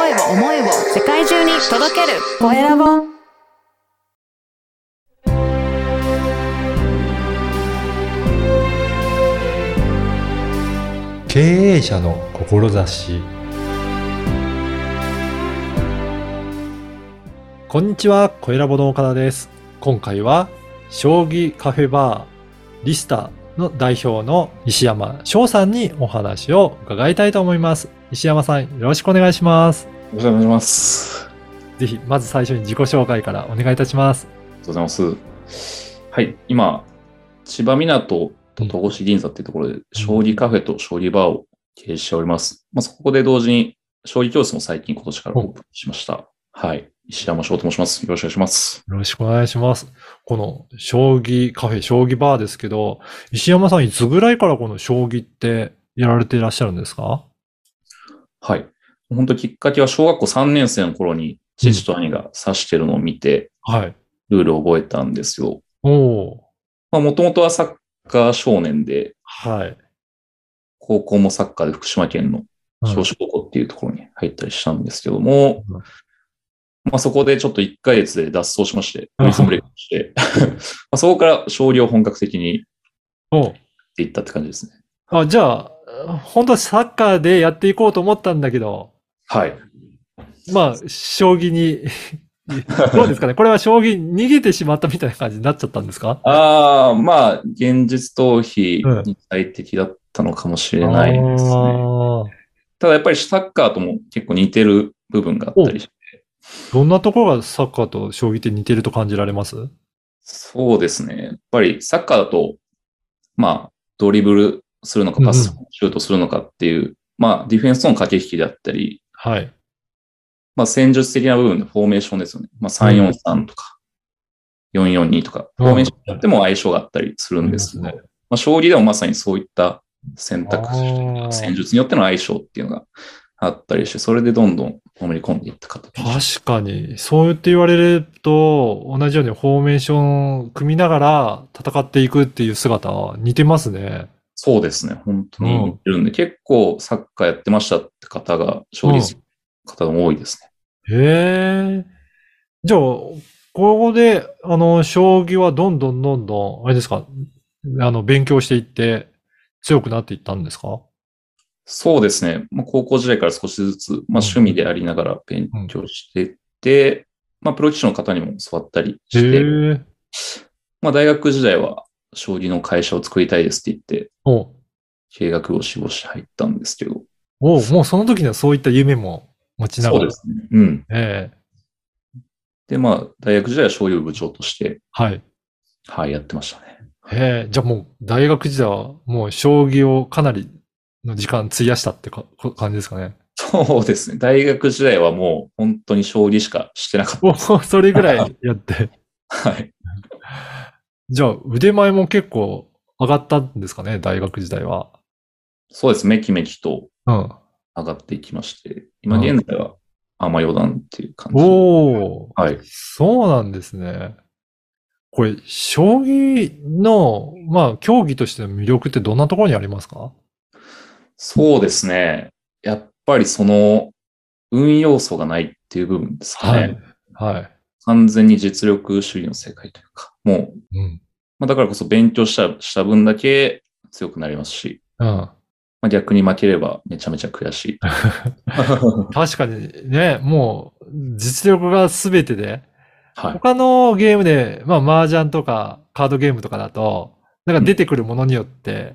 声を世界中に届けるコエラボ。 経営者の志。こんにちは、コエラボの岡田です。今回は将棋カフェバーリスタの代表の石山翔さんにお話を伺いたいと思います。石山さん、よろしくお願いします。 よろしくお願いします。 ぜひまず最初に自己紹介からお願いいたします。 ありがとうございます。はい、今千葉港と戸越銀座っていうところで将棋カフェと将棋バーを経営しております。そこで同時に将棋教室も最近今年からオープンしました。はい、石山翔と申します。よろしくお願いします。 よろしくお願いします。この将棋カフェ、将棋バーですけど、石山さんいつぐらいからこの将棋ってやられていらっしゃるんですか？ はい。本当きっかけは小学校3年生の頃に父と兄が指してるのを見て、ルールを覚えたんですよ。もともとはサッカー少年で、高校もサッカーで福島県の尚志高校っていうところに入ったりしたんですけども、そこでちょっと1ヶ月で脱走しまして、ブレイクしてそこから将棋を本格的にやっていったって感じですね。 じゃあ、本当はサッカーでやっていこうと思ったんだけど、将棋に、どうですかね、これは将棋逃げてしまったみたいな感じになっちゃったんですか？ 現実逃避に最適だったのかもしれないですね。ただやっぱりサッカーとも結構似てる部分があったりして。 どんなところがサッカーと将棋って似てると感じられます？ そうですね。やっぱりサッカーだと、ドリブルするのかパス、シュートするのかっていう、ディフェンスとの駆け引きであったり、戦術的な部分でフォーメーションですよね。343とか、442とか、フォーメーションによっても相性があったりするんですけど、将棋でもまさにそういった選択肢とか、戦術によっての相性っていうのがあったりして、それでどんどんのめり込んでいった形。 確かに、そう言って言われると、同じようにフォーメーションを組みながら戦っていくっていう姿は似てますね。 そうですね。本当に似てるんで、結構サッカーやってましたって方が、将棋する方が多いですね。 へえ。じゃあ、ここで、将棋はどんどん、あれですか、勉強していって、強くなっていったんですか？ そうですね。高校時代から少しずつ、趣味でありながら勉強していって、プロ棋士の方にも教わったりして、大学時代は将棋の会社を作りたいですって言って、経営学部を志望して入ったんですけど。 もうその時にはそういった夢も持ちながら。 そうですね。で、大学時代は将棋部部長として、やってましたね。 じゃあもう大学時代はもう将棋をかなりの時間費やしたって感じですかね。 そうですね。大学時代はもう本当に将棋しかしてなかった。 それぐらいやって。じゃあ腕前も結構上がったんですかね、大学時代は。 そうです。めきめきと上がっていきまして、今現在はアマ四段っていう感じ。 そうなんですね。これ、将棋の、競技としての魅力ってどんなところにありますか？ そうですね。やっぱりその運要素がないっていう部分ですかね。完全に実力主義の世界というか、もう、だからこそ勉強した分だけ強くなりますし、逆に負ければめちゃめちゃ悔しい。 確かにね、もう実力が全てで、他のゲームで、麻雀とかカードゲームとかだと、なんか出てくるものによって、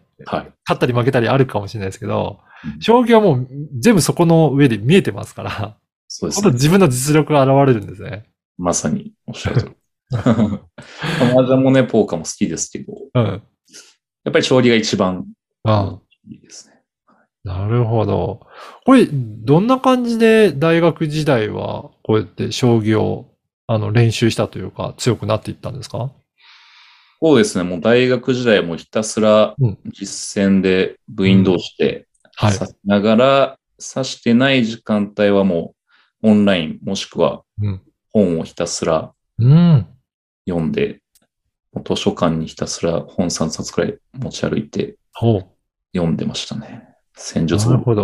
勝ったり負けたりあるかもしれないですけど、将棋はもう全部そこの上で見えてますから、 そうですね。 自分の実力が現れるんですね。 まさにおっしゃるとおり。麻雀もね、ポーカーも好きですけど、やっぱり将棋が一番いいですね。 なるほど。これ、どんな感じで大学時代はこうやって将棋を練習したというか強くなっていったんですか？ そうですね。もう大学時代もひたすら実践で部員同士で指しながら、指してない時間帯はもうオンラインもしくは本をひたすら読んで、図書館にひたすら本3冊くらい持ち歩いて読んでましたね。戦術。 なるほど。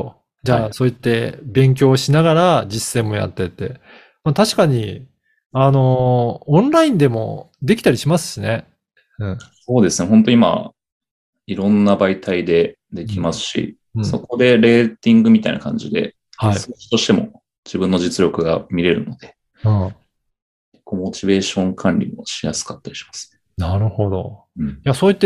じゃあ、そう言って勉強しながら実践もやってて。まあ、確かに、オンラインでもできたりしますしね。 うん、そうですね。本当今、いろんな媒体でできますし、そこでレーティングみたいな感じで、数値としても自分の実力が見れるので、結構モチベーション管理もしやすかったりしますね。 なるほど。いや、そう言って、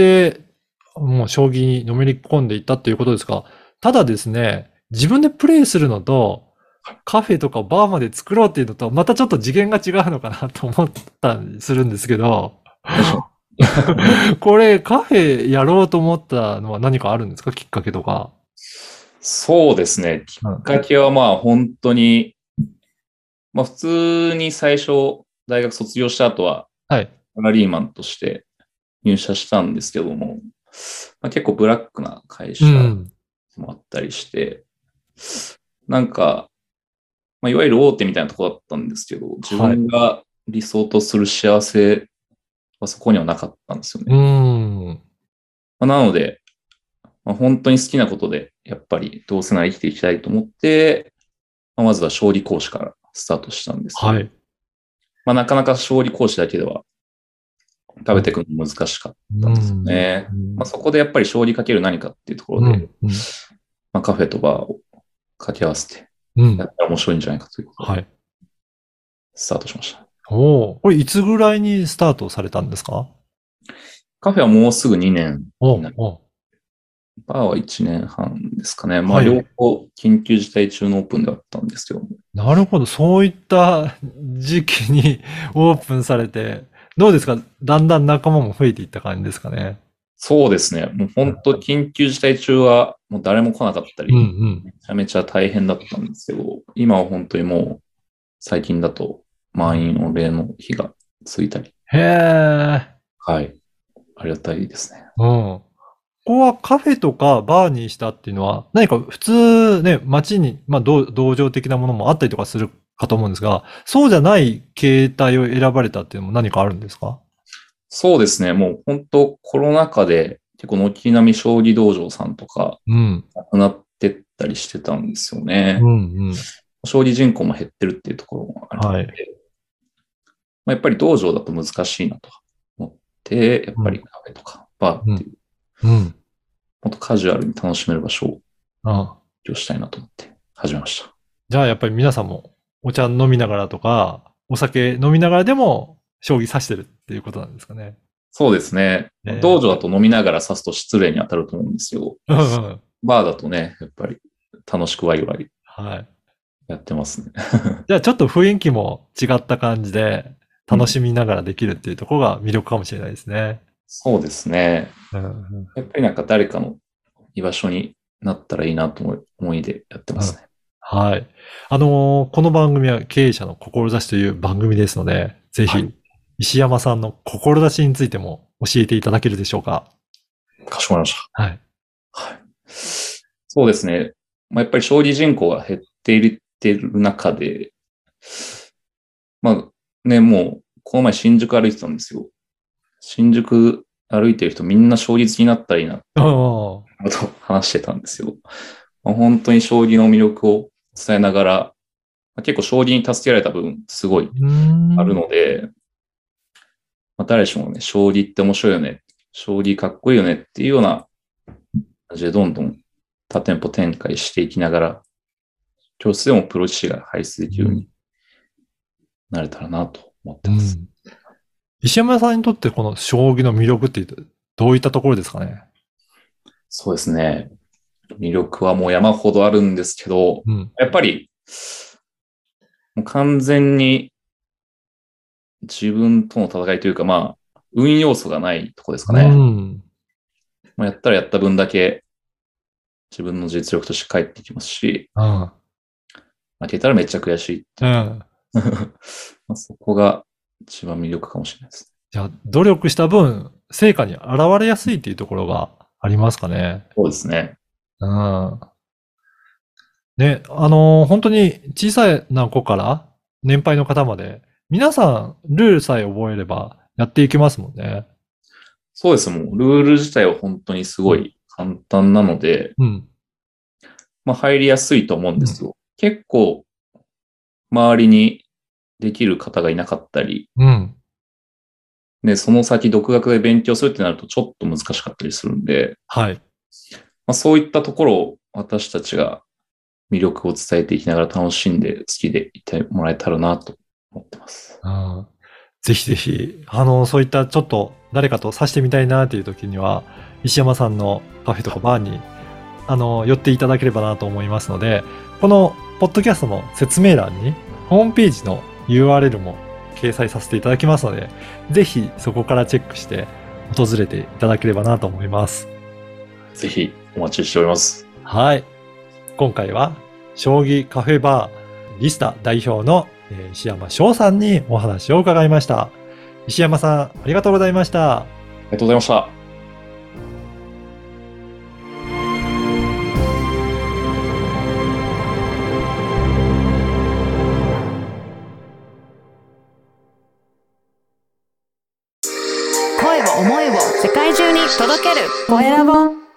もう将棋にのめり込んでいったっていうことですが、ただですね、自分でプレイするのと、カフェとかバーまで作ろうっていうのと、またちょっと次元が違うのかなと思ったりするんですけど、これカフェやろうと思ったのは何かあるんですか？きっかけとか。 そうですね。きっかけはまあ本当に、まあ普通に最初大学卒業した後は、サラリーマンとして入社したんですけども、まあ、結構ブラックな会社もあったりして、なんか、まあ、いわゆる大手みたいなところだったんですけど、自分が理想とする幸せはそこにはなかったんですよね。まあ、なので、まあ、本当に好きなことで、やっぱりどうせなら生きていきたいと思って、まあ、まずは将棋講師からスタートしたんですけど、まあ、なかなか将棋講師だけでは食べていくの難しかったんですよね。まあ、そこでやっぱり将棋かける何かっていうところで、まあ、カフェとバーを掛け合わせて、やったら面白いんじゃないかということで、スタートしました。 これいつぐらいにスタートされたんですか？ カフェはもうすぐ2年になる。バーは1年半ですかね。まあ、両方緊急事態中のオープンであったんですけども。 なるほど。そういった時期にオープンされて、どうですか？だんだん仲間も増えていった感じですかね。 そうですね。もう本当緊急事態中はもう誰も来なかったり、めちゃめちゃ大変だったんですけど、今は本当にもう最近だと満員御礼の日がついたり。 へー。 はい。ありがたいですね。 ここはカフェとかバーにしたっていうのは、何か普通ね、街に、まあ、道場的なものもあったりとかするかと思うんですが、そうじゃない形態を選ばれたっていうのも何かあるんですか？ そうですね。もう本当コロナ禍で結構軒並み将棋道場さんとか、なくなってったりしてたんですよね。将棋人口も減ってるっていうところもあるので、まあ、やっぱり道場だと難しいなと思って、やっぱりカフェとかバーっていう、もっとカジュアルに楽しめる場所を提供したいなと思って始めました。 じゃあやっぱり皆さんもお茶飲みながらとか、お酒飲みながらでも将棋指してるっていうことなんですかね。 そうですね。道場だと飲みながら指すと失礼に当たると思うんですよ。バーだとね、やっぱり楽しくワイワイやってますね。 じゃあちょっと雰囲気も違った感じで楽しみながらできるっていうところが魅力かもしれないですね。 そうですね。やっぱりなんか誰かの居場所になったらいいなと思いでやってますね。 はい。この番組は経営者の志という番組ですので、ぜひ、石山さんの志についても教えていただけるでしょうか。 かしこまりました。 はい。 はい。そうですね。まあ、やっぱり将棋人口が減っている中で、まあね、もう、この前新宿歩いてたんですよ。新宿歩いてる人みんな将棋好きになったらいいなってと話してたんですよ。まあ、本当に将棋の魅力を伝えながら、結構将棋に助けられた部分すごいあるので、まあ、誰しもね、将棋って面白いよね、将棋かっこいいよねっていうような感じでどんどん多店舗展開していきながら、教室でもプロ棋士が輩出できるようになれたらなと思ってます。 石山さんにとってこの将棋の魅力ってどういったところですかね？ そうですね。魅力はもう山ほどあるんですけど、やっぱりもう完全に自分との戦いというか、まあ、運要素がないとこですかね。まあ、やったらやった分だけ自分の実力として返ってきますし、負けたらめっちゃ悔しい。まあそこが一番魅力かもしれないです。 じゃあ、努力した分、成果に現れやすいっていうところがありますかね。 そうですね。 ね、本当に小さな子から年配の方まで、皆さんルールさえ覚えればやっていけますもんね。 そうです。もうルール自体は本当にすごい簡単なので、 入りやすいと思うんですよ。結構、周りにできる方がいなかったり、で、その先独学で勉強するってなるとちょっと難しかったりするんで、 はい。 そういったところを私たちが魅力を伝えていきながら楽しんで好きでいてもらえたらなと思ってます。 ぜひぜひ、そういったちょっと誰かと指してみたいなっていう時には、石山さんのカフェとかバーに、寄っていただければなと思いますので、このポッドキャストの説明欄に、ホームページの URL も掲載させていただきますので、ぜひそこからチェックして訪れていただければなと思います。 ぜひお待ちしております。 はい。今回は、将棋カフェバーリスタ代表の石山翔さんにお話を伺いました。石山さん、ありがとうございました。 ありがとうございました。 声を思いを世界中に届けるコエラボ。